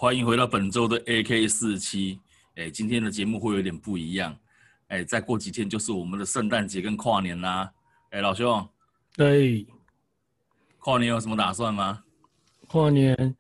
欢迎回到本周的 AK47。今天的节目会有点不一样。再过几天就是我们的圣诞节跟跨年啦。老兄， 对， 跨年有什么打算吗？ 跨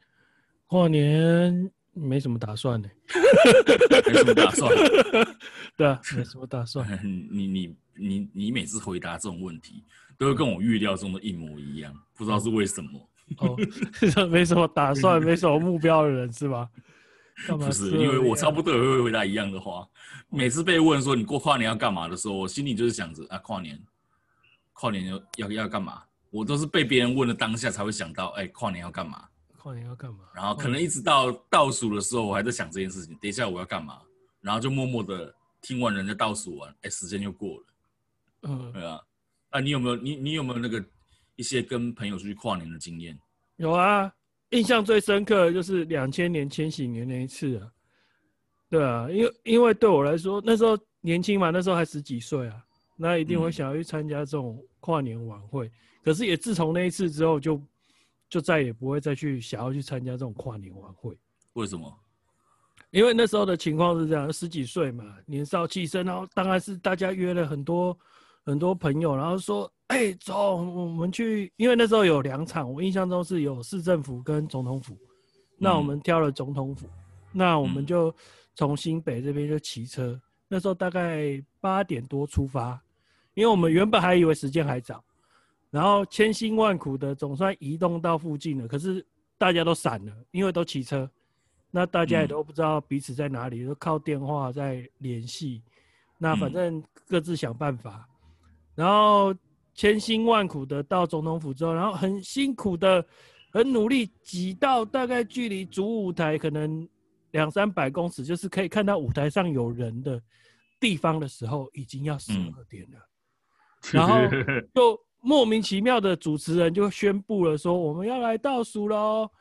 年没什么打算呢。 没什么打算。 对啊，没什么打算。 你每次回答这种问题，都会跟我预料中的一模一样，不知道是为什么。 没什么打算，没什么目标的人是吧？干嘛？ 不是，因为我差不多也会回答一样的话。每次被问说你过跨年要干嘛的时候，我心里就是想着啊，跨年要干嘛？我都是被别人问的当下才会想到，跨年要干嘛？ 跨年要干嘛？ 然后可能一直到倒数的时候，我还在想这件事情。等一下我要干嘛？然后就默默的听完人家倒数完，时间就过了。对啊。你有没有那个一些跟朋友出去跨年的经验？ 有啊，印象最深刻的就是2000年千禧年那一次啊。对啊，因为对我来说那时候年轻嘛，那时候还10几岁啊，那一定会想要去参加这种跨年晚会。可是也自从那一次之后就再也不会再去想要去参加这种跨年晚会。 为什么？ 因为那时候的情况是这样，10几岁嘛，年少气盛，然后当然是大家约了很多朋友，然后说，走，我们去。因为那时候有2场，我印象中是有市政府跟总统府，那我们挑了总统府，那我们就从新北这边就骑车，那时候大概8点多出发，因为我们原本还以为时间还早，然后千辛万苦的总算移动到附近了，可是大家都散了，因为都骑车。那大家也都不知道彼此在哪里，都靠电话在联系。那反正各自想办法，然后千辛万苦的到总统府之后，然后很辛苦的、很努力挤到大概距离主舞台可能200-300公尺，就是可以看到舞台上有人的地方的时候，已经要12点了。然后就莫名其妙的主持人就宣布了说，我们要来倒数咯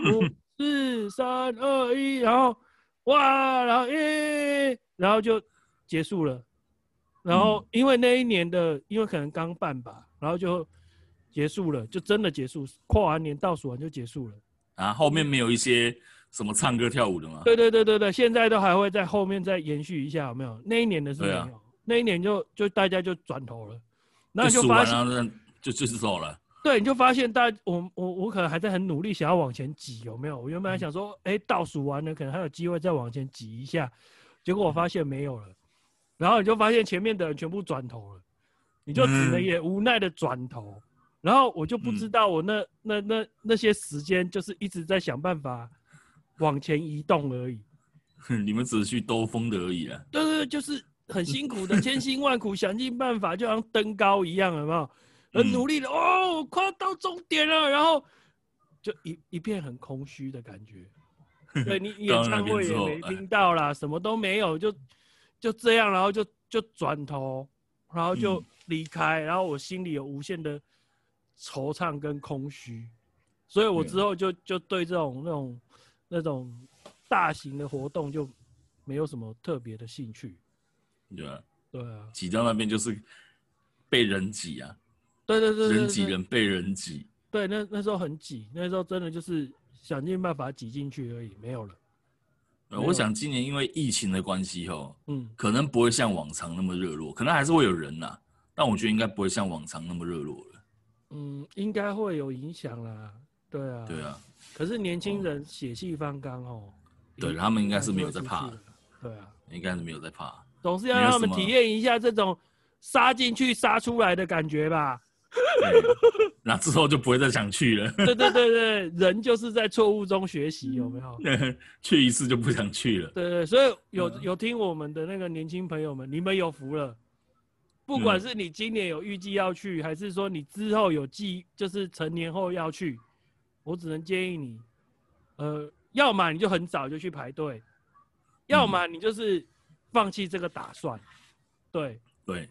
，5、4、3、2、1，然后哇，然后就结束了。然后因为那一年的，因为可能刚办吧，然后就结束了，就真的结束，跨完年倒数完就结束了。 啊，后面没有一些什么唱歌跳舞的吗？ 对，现在都还会在后面再延续一下，有没有？那一年的是没有，那一年就大家就转头了，然后就发现， 然后就是走了。 对，你就发现我可能还在很努力想要往前挤，有没有？我原本还想说，倒数完了可能还有机会再往前挤一下，结果我发现没有了。然后你就发现前面的人全部转头了，你就只能也无奈的转头。然后我就不知道我那些时间就是一直在想办法往前移动而已。 你们只是去兜风的而已啊。 对，就是很辛苦的，千辛万苦想尽办法，就像登高一样，有没有？很努力的快要到终点了，然后就一片很空虚的感觉。对，你演唱会也没听到啦，什么都没有，就这样，然后就转头，然后就离开，然后我心里有无限的惆怅跟空虚，所以我之后就对这种那种大型的活动就没有什么特别的兴趣。 对啊，挤到对那边就是被人挤啊。 对， 人挤人被人挤。 对，那时候很挤，那时候真的就是想尽办法挤进去而已，没有了。 我想今年因为疫情的关系可能不会像往常那么热络，可能还是会有人啦，但我觉得应该不会像往常那么热络了。 应该会有影响啦。对啊。可是年轻人血气方刚对，他们应该是没有在怕。 对啊， 应该是没有在怕。 总是要让他们体验一下这种杀进去杀出来的感觉吧。 那之后就不会再想去了。 对，人就是在错误中学习，有没有？ 去一次就不想去了。 对，所以有听我们的那个年轻朋友们，你们有福了。不管是你今年有预计要去，还是说你之后有就是成年后要去，我只能建议你，要么你就很早就去排队，要么你就是放弃这个打算。对。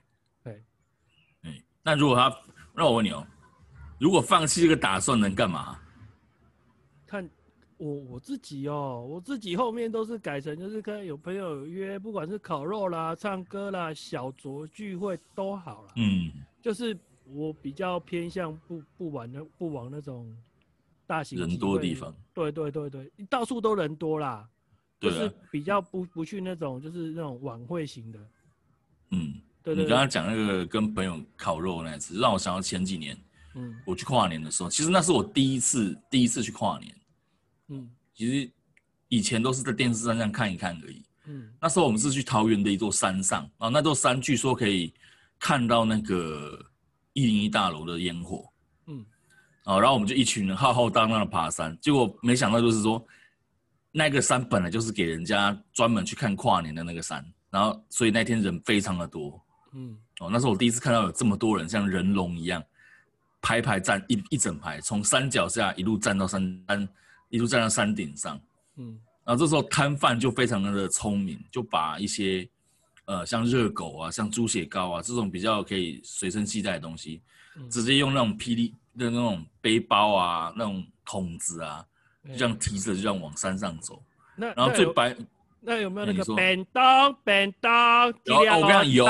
那如果让我问你如果放弃这个打算能干嘛？ 看我自己我自己后面都是改成就是跟有朋友有约，不管是烤肉啦、唱歌啦、小酌聚会都好啦。就是我比较偏向不往那种大型人多的地方。 对，到处都人多啦。 对， 就是比较不去那种就是那种晚会型的。对。 你刚刚讲那个跟朋友烤肉那一次，让我想到前几年，我去跨年的时候，其实那是我第一次去跨年。其实以前都是在电视上这样看一看而已。那时候我们是去桃园的一座山上，然后那座山据说可以看到那个101大楼的烟火。然后我们就一群人浩浩荡荡的爬山，结果没想到就是说，那个山本来就是给人家专门去看跨年的那个山，然后所以那天人非常的多。那是我第一次看到有这么多人像人龙一样排站一整排，从山脚下一路站到山顶上。然后这时候摊贩就非常的聪明，就把一些像热狗啊、像猪血糕啊这种比较可以随身携带的东西，直接用那种霹雳的那种背包啊、那种桶子啊，就这样提着就这样往山上走。然后那有没有那个便当？ 我跟你讲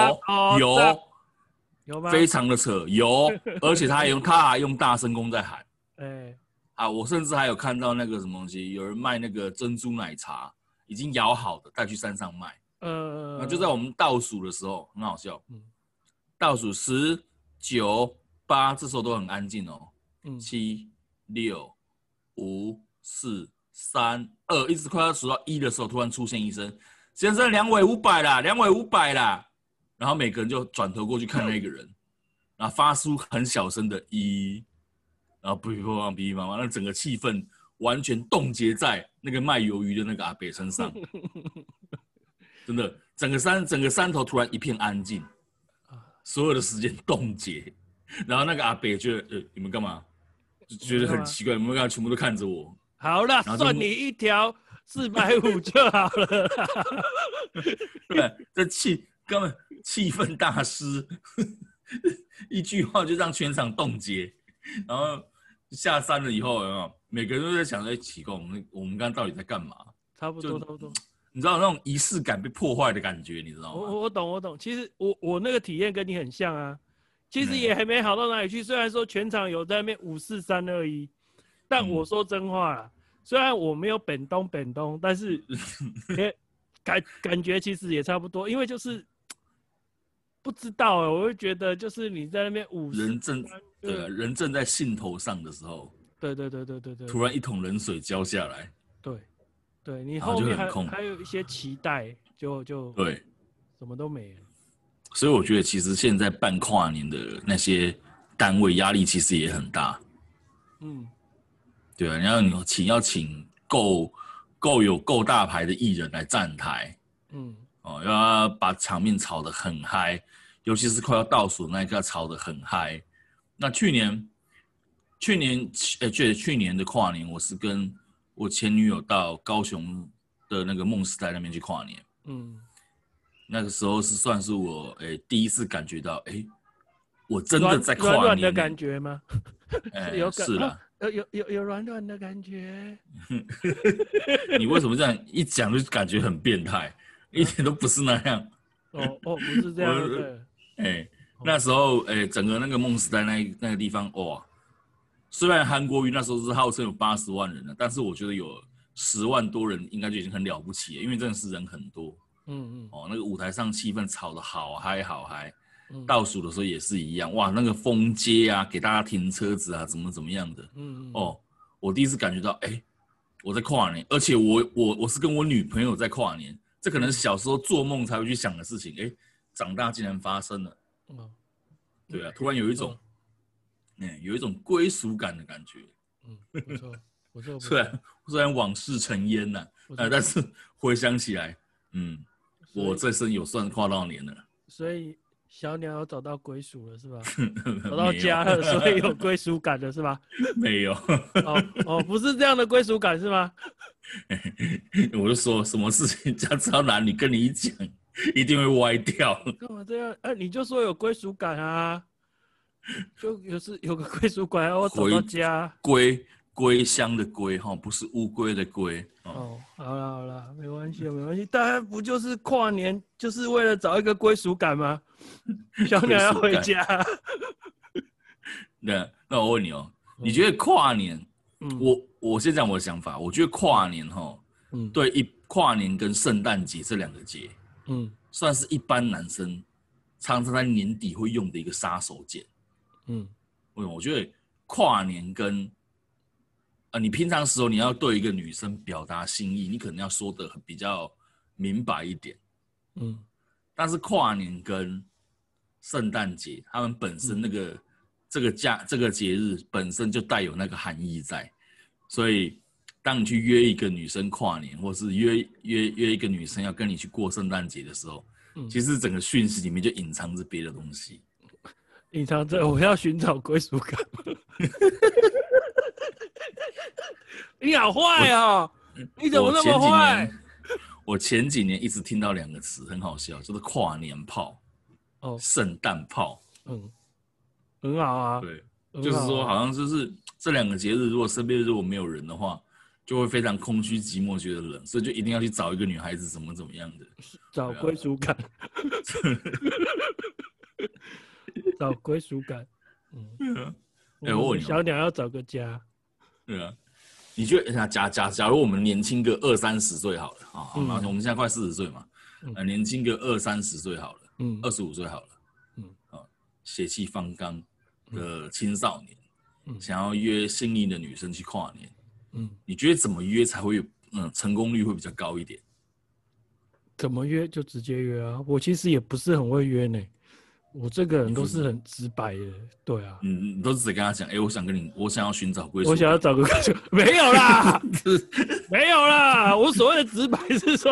有吗？ 非常的扯，有，而且他还用大声公在喊。我甚至还有看到那个什么东西，有人卖那个珍珠奶茶，已经摇好的带去山上卖。那就在我们倒数的时候，很好笑。倒数10、9、8，这时候都很安静哦。7、6、5、4、3、2，一直快要数到1的时候，突然出现一声：“先生，2尾500啦，2尾500啦。”然后每个人就转头过去看那个人，然后发出很小声的1。然后噼噼啪啪，那整个气氛完全冻结在那个卖鱿鱼的那个阿伯身上，真的，整个山头突然一片安静，所有的时间冻结。然后那个阿伯觉得，你们干嘛？就觉得很奇怪，你们刚才全部都看着我。 好了，算你一条450就好了。 对，根本气氛大师，一句话就让全场冻结。然后下山了以后，有没有每个人都在想说：“奇怪，我们刚刚到底在干嘛？” 差不多。 你知道那种仪式感被破坏的感觉，你知道吗？ 我懂。其实我那个体验跟你很像啊。其实也还没好到哪里去。虽然说全场有在那边5、4、3、2、1，但我说真话啦，虽然我没有本东，但是感觉其实也差不多，因为就是。不知道我会觉得就是你在那边人正在兴头上的时候， 对， 突然一桶冷水浇下来， 对，你后面还有一些期待，就对， 什么都没了。 所以我觉得其实现在办跨年的那些单位压力其实也很大。对啊，然后你要请够大牌的艺人来站台，要把场面炒得很嗨，尤其是快要倒数那一刻炒得很嗨。那去年的跨年，我是跟我前女友到高雄的那个梦时代那边去跨年。那个时候是算是我第一次感觉到，我真的在跨年。 软软的感觉吗？ 是啦， 有软软的感觉。 你为什么这样一讲就感觉很变态？一点都不是那样。 不是这样的。 那时候整个那个梦时代那个地方，哇，虽然韩国瑜那时候是号称有80万人了，但是我觉得有10万多人应该就已经很了不起了，因为真的是人很多。那个舞台上气氛炒得好嗨好嗨。倒数的时候也是一样，哇，那个封街啊，给大家停车子啊，怎么样的。我第一次感觉到，我在跨年，而且我是跟我女朋友在跨年。这可能是小时候做梦才会去想的事情，长大竟然发生了。对啊，突然有一种归属感的感觉。 不错。 虽然往事成烟呐，但是回想起来，我这生有算跨到年了。 所以小鸟有找到归属了是吧？找到家了，所以有归属感了是吧？ 没有。 不是这样的归属感是吗？ 我就说什么事情只要男女跟你一讲，一定会歪掉。 干嘛这样？你就说有归属感啊，就有个归属感，我找到家。 归乡的归不是乌龟的龟。 好了，没关系，大家不就是跨年就是为了找一个归属感吗？小鸟要回家。 那我问你你觉得跨年我先讲我的想法，我觉得跨年对跨年跟圣诞节这2个节，算是一般男生常常在年底会用的一个杀手锏。为什么？我觉得跨年跟你平常时候你要对一个女生表达心意，你可能要说的比较明白一点。但是跨年跟圣诞节，他们本身这个节日本身就带有那个含义在，所以当你去约一个女生跨年，或是约一个女生要跟你去过圣诞节的时候，其实整个讯息里面就隐藏着别的东西。 隐藏着我要寻找归属感。你好坏哦！你怎么那么坏？ 我前几年一直听到2个词，很好笑，就是跨年炮、圣诞炮。 很好啊。 对，就是说好像就是这2个节日，如果身边如果没有人的话，就会非常空虚寂寞，觉得冷，所以就一定要去找一个女孩子怎么样的， 找归属感。找归属感。 我问你， 小鸟要找个家。 对啊，你觉得假如我们年轻个20-30岁好了啊，我们现在快40岁嘛，年轻个20-30岁好了，25岁好了，血气方刚的青少年，想要约心仪的女生去跨年，你觉得怎么约才会有成功率会比较高一点？ 怎么约就直接约啊！我其实也不是很会约呢。我这个人都是很直白的，对啊。 你都是只跟他讲，我想要寻找归属感， 我想要找个归属，没有啦，没有啦。我所谓的直白是说，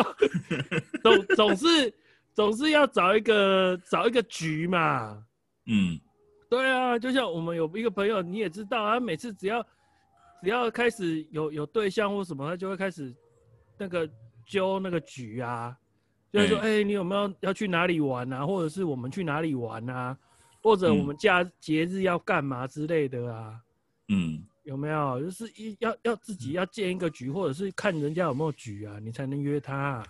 总是要找一个局嘛。对啊，就像我们有一个朋友，你也知道，他每次只要开始有对象或什么，他就会开始揪那个局啊。就是说，你有没有要去哪里玩啊？或者是我们去哪里玩啊？或者我们节日要干嘛之类的啊？有没有？就是要自己要建一个局，或者是看人家有没有局啊，你才能约他啊。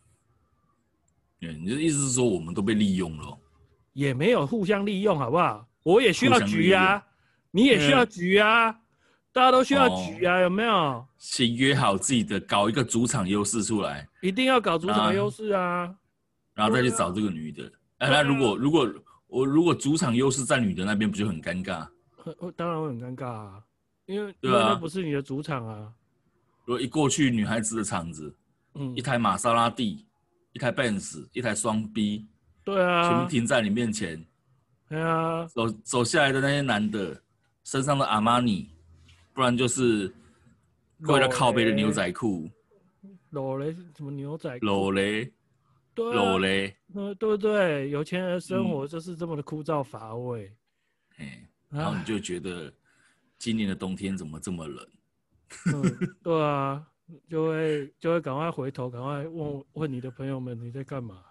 你的意思是说我们都被利用了？ 也没有互相利用，好不好？我也需要局啊，你也需要局啊，大家都需要局啊，有没有？ 先约好自己的，搞一个主场优势出来， 一定要搞主场优势啊， 然后再去找这个女的。那如果主场优势在女的那边，不就很尴尬？ 当然会很尴尬啊，因为那不是你的主场啊。 如果一过去女孩子的场子，一台玛莎拉蒂，一台 Benz， 一台双 B， 对啊， 全部停在你面前。 对啊， 走下来的那些男的身上的阿玛尼，不然就是为了靠背的牛仔裤。 裸雷什么牛仔裤？ 裸雷， 对啊， 裸雷， 对不对？有钱人的生活就是这么的枯燥乏味。 然后你就觉得今年的冬天怎么这么冷？ 对啊，就会赶快回头，赶快问你的朋友们你在干嘛？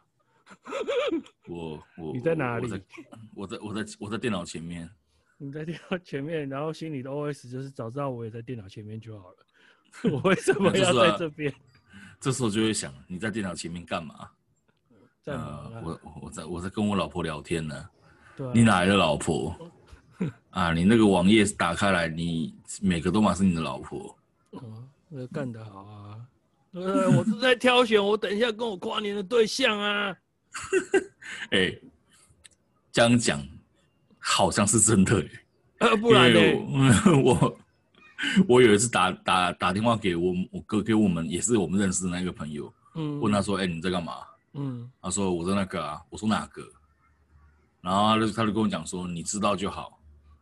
你在哪里？ 我在电脑前面。 你在电脑前面，然后心里的 OS 就是早知道我也在电脑前面就好了。我为什么要在这边？ 这时候就会想，你在电脑前面干嘛？ 在忙啊！ 我在跟我老婆聊天呢。 对啊， 你哪来的老婆？啊，你那个网页打开来，你每个都嘛是你的老婆。 那干得好啊！对，我是在挑选我等一下跟我跨年的对象啊。 这样讲好像是真的不然呢？ 我有一次打电话给我们也是我们认识的那个朋友，问他说：“你在干嘛？”他说：“我在那个啊。”我说：“哪个？”然后他就跟我讲说：“你知道就好。”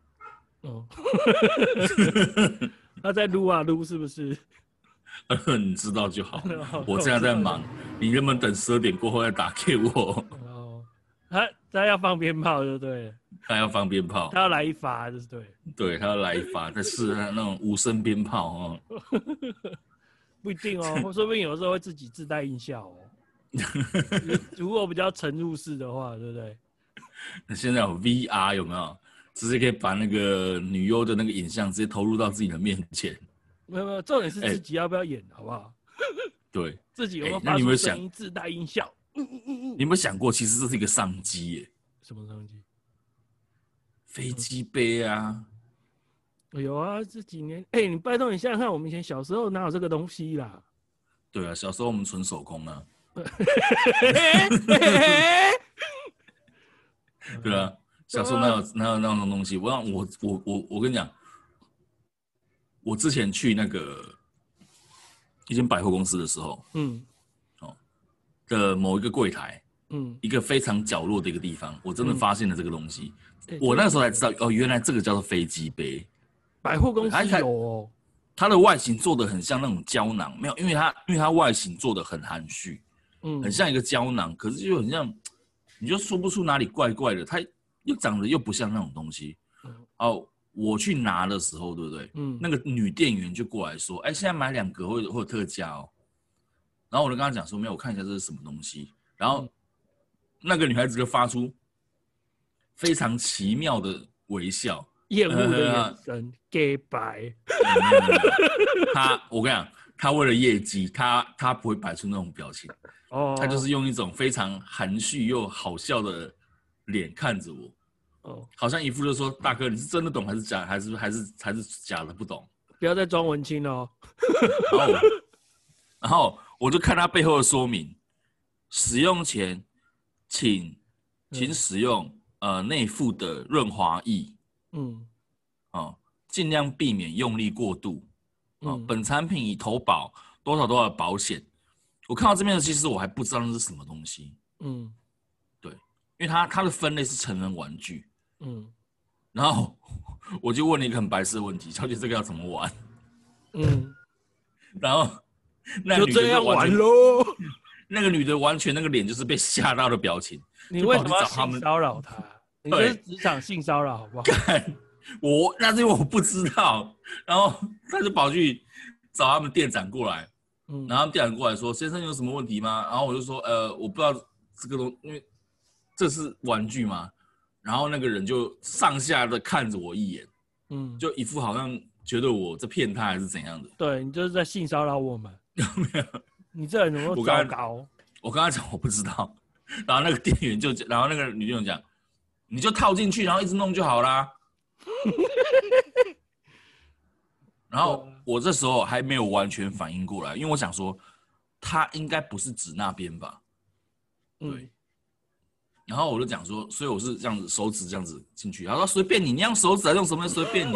他在撸啊撸是不是？ 你知道就好。我现在在忙，你能不能等12点过后再打给我？ 他要放鞭炮，对不对？ 他要放鞭炮， 他要来一发，就是对。 对，他要来一发，再试那种无声鞭炮不一定哦，说不定有时候会自己自带音效哦。如果比较沉入式的话，对不对？ 那现在有 VR 有没有？直接可以把那个女优的那个影像直接投入到自己的面前。 没有，重点是自己要不要演，好不好？ 对， 自己有没有发出声音自带音效？ 你有没有想过，其实这是一个商机耶？ 什么商机？ 飞机杯啊！ 有啊，这几年，你拜托你想想看，我们以前小时候哪有这个东西啦？ 对啊，小时候我们纯手工啊。对啊，小时候哪有那种东西？我跟你讲，我之前去那个一间百货公司的时候，的某一个柜台，一个非常角落的一个地方，我真的发现了这个东西。我那时候才知道，哦，原来这个叫做飞机杯。 百货公司有哦。 它的外形做的很像那种胶囊，没有，因为它外形做的很含蓄，很像一个胶囊，可是就很像，你就说不出哪里怪怪的，它又长得又不像那种东西。哦，我去拿的时候，对不对？那个女店员就过来说：“哎，现在买2个会有特价哦。”然后我就跟她讲说：“没有，我看一下这是什么东西。”然后那个女孩子就发出非常奇妙的微笑。 厌恶的眼神 ，gay 白。 我跟你讲，他为了业绩，他不会摆出那种表情，他就是用一种非常含蓄又好笑的脸看着我，好像一副就说：“大哥，你是真的懂还是假，还是假的不懂？ 不要再装文青了。” 然后我就看他背后的说明，使用前请使用内附的润滑液。尽量避免用力过度。本产品已投保多少的保险。我看到这边的，其实我还不知道那是什么东西。对，因为它的分类是成人玩具。然后我就问了一个很白痴的问题：小姐，这个要怎么玩？然后那就这样玩喽。 那个女的完全那个脸就是被吓到的表情。 你为什么要性骚扰她？你这是职场性骚扰，好不好？ 那是因为我不知道，然后他就跑去找他们店长过来，然后他们店长过来说：“先生有什么问题吗？”然后我就说：“我不知道这个东，因为这是玩具嘛。”然后那个人就上下的看着我一眼，就一副好像觉得我在骗他还是怎样的。 对，你就是在性骚扰我们。没有，你这人怎么糟糕？ 我跟他讲我不知道，然后那个店员然后那个女店员讲：“你就套进去，然后一直弄就好啦。”然后我这时候还没有完全反应过来，因为我想说，他应该不是指那边吧？对。然后我就讲说，所以我是这样子，手指这样子进去。他说随便你，你用手指还是用什么随便你。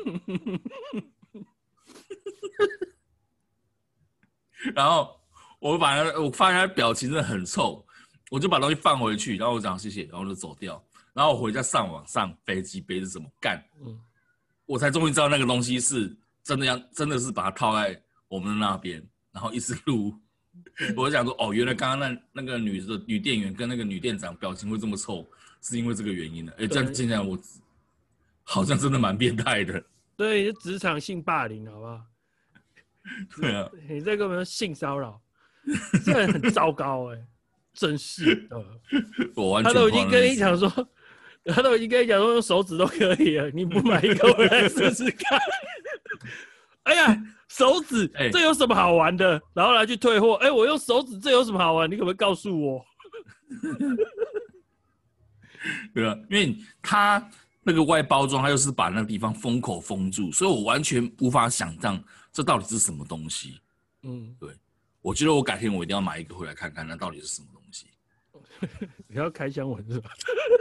然后我发现他的表情真的很臭，我就把东西放回去，然后我讲谢谢，然后就走掉。然后我回家上网上飞机杯是怎么干，我才终于知道那个东西是真的是把它套在我们那边，然后一直录。我就想说，哦，原来刚刚那个女店员跟那个女店长表情会这么臭，是因为这个原因的。这样现在我好像真的蛮变态的。 对，职场性霸凌，好不好？ 对啊， 你这个性骚扰，这很糟糕真是的。 我完全他都已经跟你讲说，用手指都可以了，你不买一个回来试试看？哎呀，手指这有什么好玩的？然后来去退货，我用手指这有什么好玩？你可不可以告诉我？ 对啊，因为他那个外包装，他就是把那个地方封口封住，所以我完全无法想象这到底是什么东西。对，我觉得我改天我一定要买一个回来看看，那到底是什么东西。 你要开箱文是吧？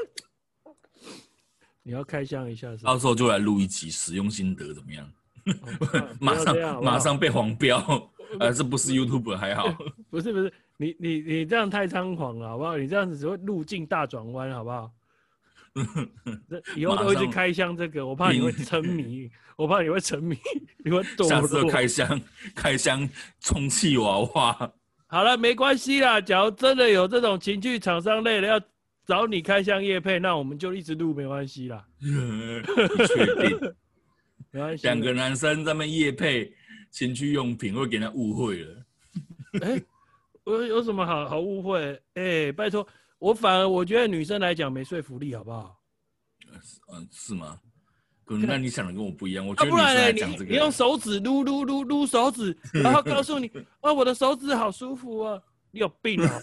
你要开箱一下是吧？ 到时候就来录一集使用心得怎么样？马上被黄标，这不是 YouTuber 还好。 不是，你这样太猖狂了，好不好？你这样子只会路径大转弯，好不好？以后都会去开箱这个，我怕你会沉迷，你会堕落。 下次开箱充气娃娃。 好了，没关系啦。假如真的有这种情趣厂商类的要找你开箱业配，那我们就一直录，没关系啦。 确定？ 没关系。 2个男生在那边业配情趣用品，会给人家误会了。 我有什么好误会？拜托，我觉得女生来讲没说服力，好不好？ 是吗？可能那你想的跟我不一样。我觉得女生来讲这个， 你用手指撸手指，然后告诉你，我的手指好舒服啊！你有病啊！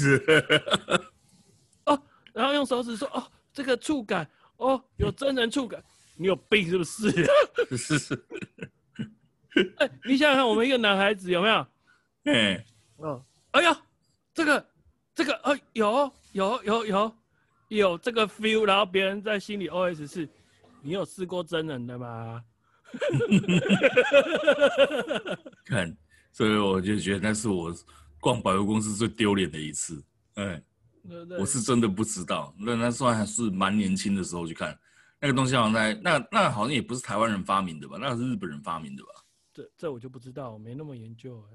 然后用手指说，这个触感，有真人触感，你有病是不是？ 是。 你想想看，我们一个男孩子有没有？哎呀，这个，有这个 feel， 然后别人在心里 OS 是：你有试过真人的吗？ 看，所以我就觉得那是我逛百货公司最丢脸的一次。我是真的不知道，那算还是蛮年轻的时候去看那个东西，好像在那好像也不是台湾人发明的吧？那是日本人发明的吧？ 这我就不知道，我没那么研究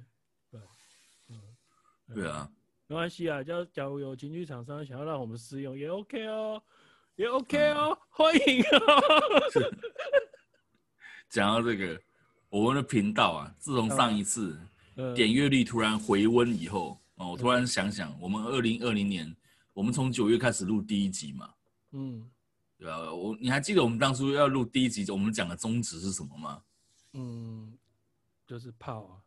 对啊， 没关系啊，假如有情趣厂商想要让我们试用也 OK 哦，也 OK 哦，欢迎哦。 讲到这个，我们的频道啊，自从上一次点阅率突然回温以后，我突然想，我们2020年，我们从9月开始录第1集嘛，对啊，你还记得我们当初要录第1集，我们讲的宗旨是什么吗？ 就是炮啊，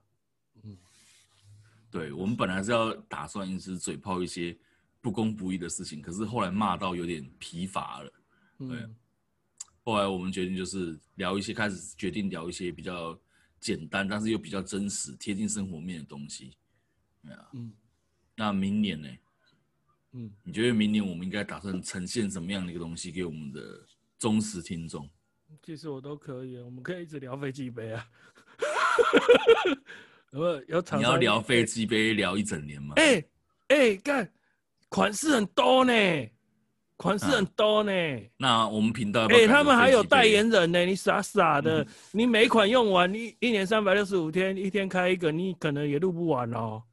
对，我们本来是要打算一直嘴炮一些不公不义的事情，可是后来骂到有点疲乏了，对。后来我们决定就是开始决定聊一些比较简单，但是又比较真实、贴近生活面的东西。对啊，那明年呢？你觉得明年我们应该打算呈现什么样的一个东西给我们的忠实听众？ 其实我都可以，我们可以一直聊飞机杯啊。有厂商你要聊飞机杯聊1整年吗？ 干，款式很多呢。 那我们频道他们还有代言人呢，你傻的，你每一款用完，你1年365天，一天开一个，你可能也录不完哦。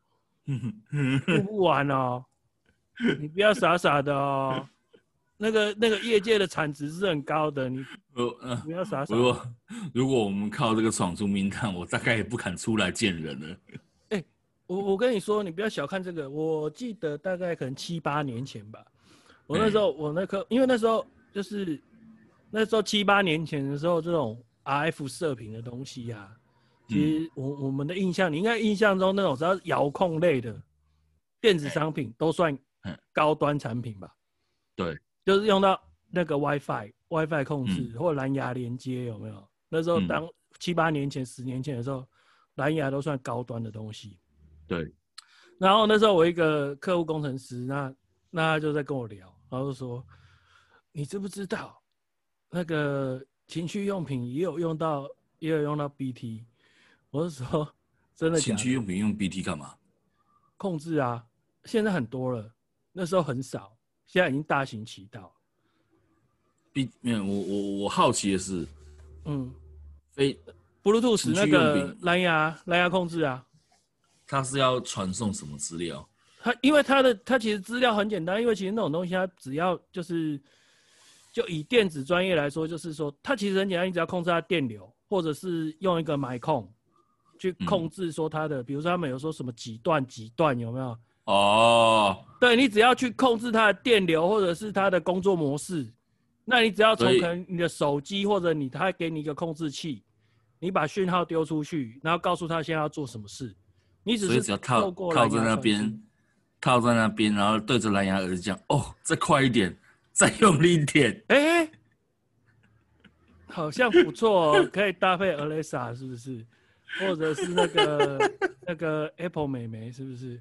你不要傻的哦。那个业界的产值是很高的，你不要傻。 如果我们靠这个闯出名堂，我大概也不敢出来见人了。 我跟你说，你不要小看这个，我记得大概可能7、8年前吧。我那时候因为那时候7、8年前的时候，这种 RF 射频的东西啊，其实我们的印象，你应该印象中那种只要遥控类的电子商品都算高端产品吧？ 对， 就是用到那个 WiFi 控制或蓝牙连接，有没有？那时候当7、8年前、10年前的时候，蓝牙都算高端的东西。 对。 然后那时候我一个客户工程师，那他就在跟我聊，然后就说：“你知不知道那个情趣用品也有用到 BT？” 我就说：“真的假的？”情趣用品用 BT 干嘛？ 控制啊，现在很多了，那时候很少，现在已经大行其道。 我好奇的是 ，Bluetooth 那个蓝牙控制啊， 它是要传送什么资料？ 因为它其实资料很简单，因为其实那种东西它只要就以电子专业来说，就是说它其实很简单，你只要控制它电流，或者是用一个买控去控制说它的，比如说他们有说什么几段有没有？对，你只要去控制它的电流或者是它的工作模式，那你只要从可能你的手机或者它给你一个控制器，你把讯号丢出去，然后告诉他现在要做什么事，你只要靠在那边，然后对着蓝牙耳机讲：“哦，再快一点，再用力一点。” 好像不错哦，可以搭配 Alexa 是不是？或者是那个 Apple 美眉是不是？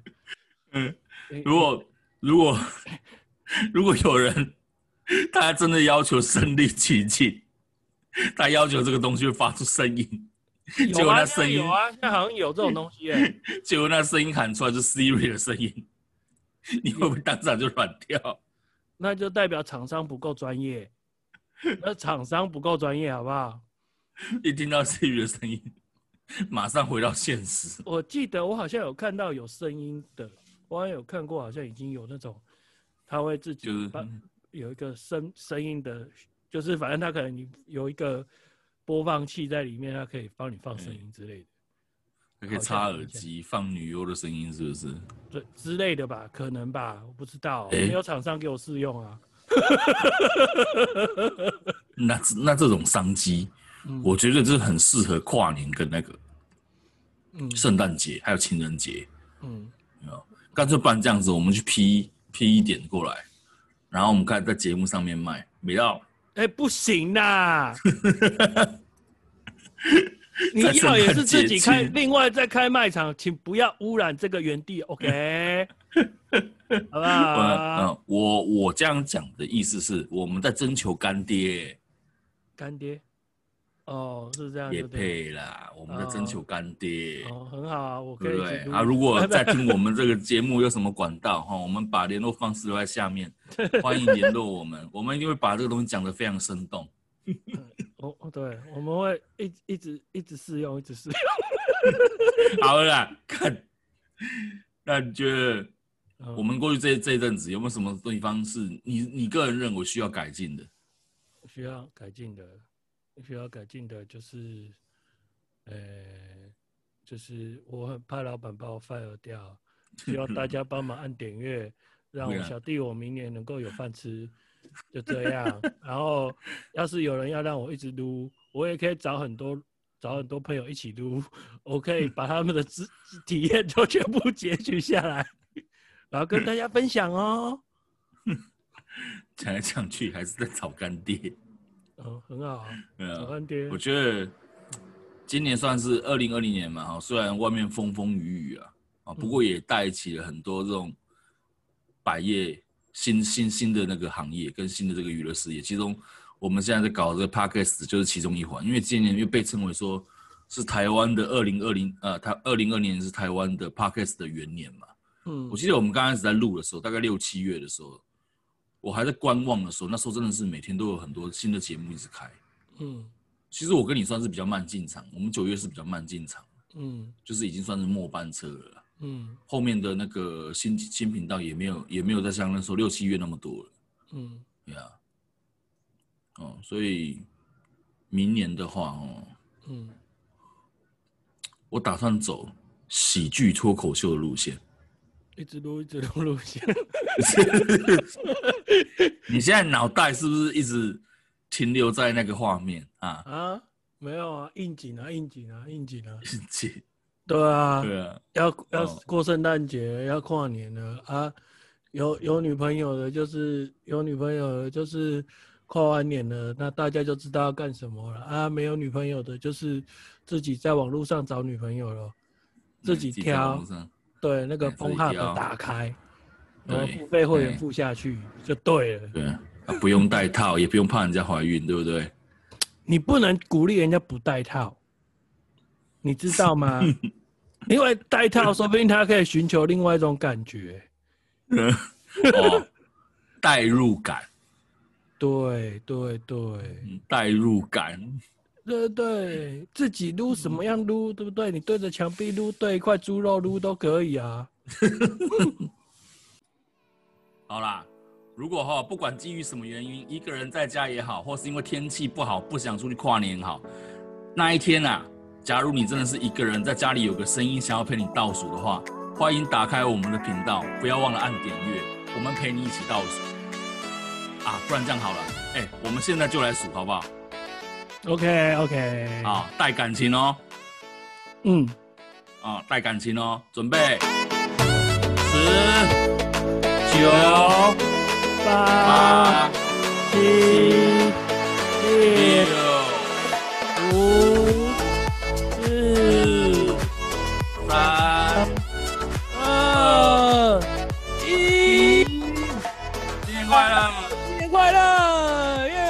如果有人他真的要求身临其境，他要求这个东西会发出声音，结果那声音有啊，现在好像有这种东西耶。 结果那声音喊出来是 Siri 的声音，你会不会当场就软掉？ 那就代表厂商不够专业，那厂商不够专业，好不好？ 一听到 Siri 的声音，马上回到现实。 我记得我好像有看到有声音的，我好像有看过，好像已经有那种他会自己有一个声音的，就是反正他可能有一个播放器在里面，它可以帮你放声音之类的。 可以插耳机放女优的声音，是不是？ 对之类的吧，可能吧，我不知道，没有厂商给我试用啊。 那这种商机，我觉得这很适合跨年跟那个圣诞节还有情人节。干脆不然这样子，我们去批一点过来，然后我们开始在节目上面卖，不要。 不行啦。 你要也是自己开，另外再开卖场，请不要污染这个园地 ，OK？ 好不好？ 我这样讲的意思是，我们在征求干爹。 干爹？哦，是这样。 业配啦，我们在征求干爹。 哦，很好啊，我可以。 对啊，如果在听我们这个节目有什么管道哈，我们把联络方式留在下面，欢迎联络我们，我们一定会把这个东西讲得非常生动。 对，我们会一直试用，一直试用。 好了啦，看，那你觉得我们过去这一阵子有没有什么地方是你个人认为需要改进的？ 需要改进的就是，就是我很怕老板把我 fire 掉，需要大家帮忙按点阅，让我小弟我明年能够有饭吃。就这样，然后要是有人要让我一直撸，我也可以找很多朋友一起撸，我可以把他们的体验都全部截取下来，然后跟大家分享哦。 讲来讲去还是在找干爹。 很好啊，找干爹。 我觉得今年算是2020年嘛，虽然外面风风雨雨啊，不过也带起了很多这种百业。新的那个行业跟新的这个娱乐事业，其中我们现在在搞这个 podcast 就是其中一环，因为今年又被称为说是台湾的2020年是台湾的 podcast 的元年嘛。我记得我们刚开始在录的时候，大概6、7月的时候，我还在观望的时候，那时候真的是每天都有很多新的节目一直开。其实我跟你算是比较慢进场，我们9月是比较慢进场，就是已经算是末班车了。后面的那个新频道也没有再像那时候6、7月那么多了。对啊。所以明年的话，我打算走喜剧脱口秀的路线。 一直录路线。 你现在脑袋是不是一直停留在那个画面啊？ 没有啊，应景啊。对啊，要过圣诞节，要跨年了啊！有女朋友的，就是跨完年了，那大家就知道要干什么了啊！没有女朋友的，就是自己在网络上找女朋友了，自己挑，对，那个Pornhub打开，然后付费会员付下去就对了。 对啊，不用戴套，也不用怕人家怀孕，对不对？ 你不能鼓励人家不戴套，你知道吗？因为戴套，说不定他可以寻求另外一种感觉。 代入感。 对， 代入感。 对，自己撸什么样撸，对不对？你对着墙壁撸，对一块猪肉撸都可以啊。 好啦，如果不管基于什么原因，一个人在家也好，或是因为天气不好不想出去跨年也好，那一天啊，假如你真的是一个人在家里有个声音想要陪你倒数的话，欢迎打开我们的频道，不要忘了按点阅，我们陪你一起倒数啊！不然这样好了，我们现在就来数好不好 ？OK， 好，带感情哦。带感情哦，准备，10、9、8、7、6、5、4、3、2、1，新年快乐！ 新年快乐！耶！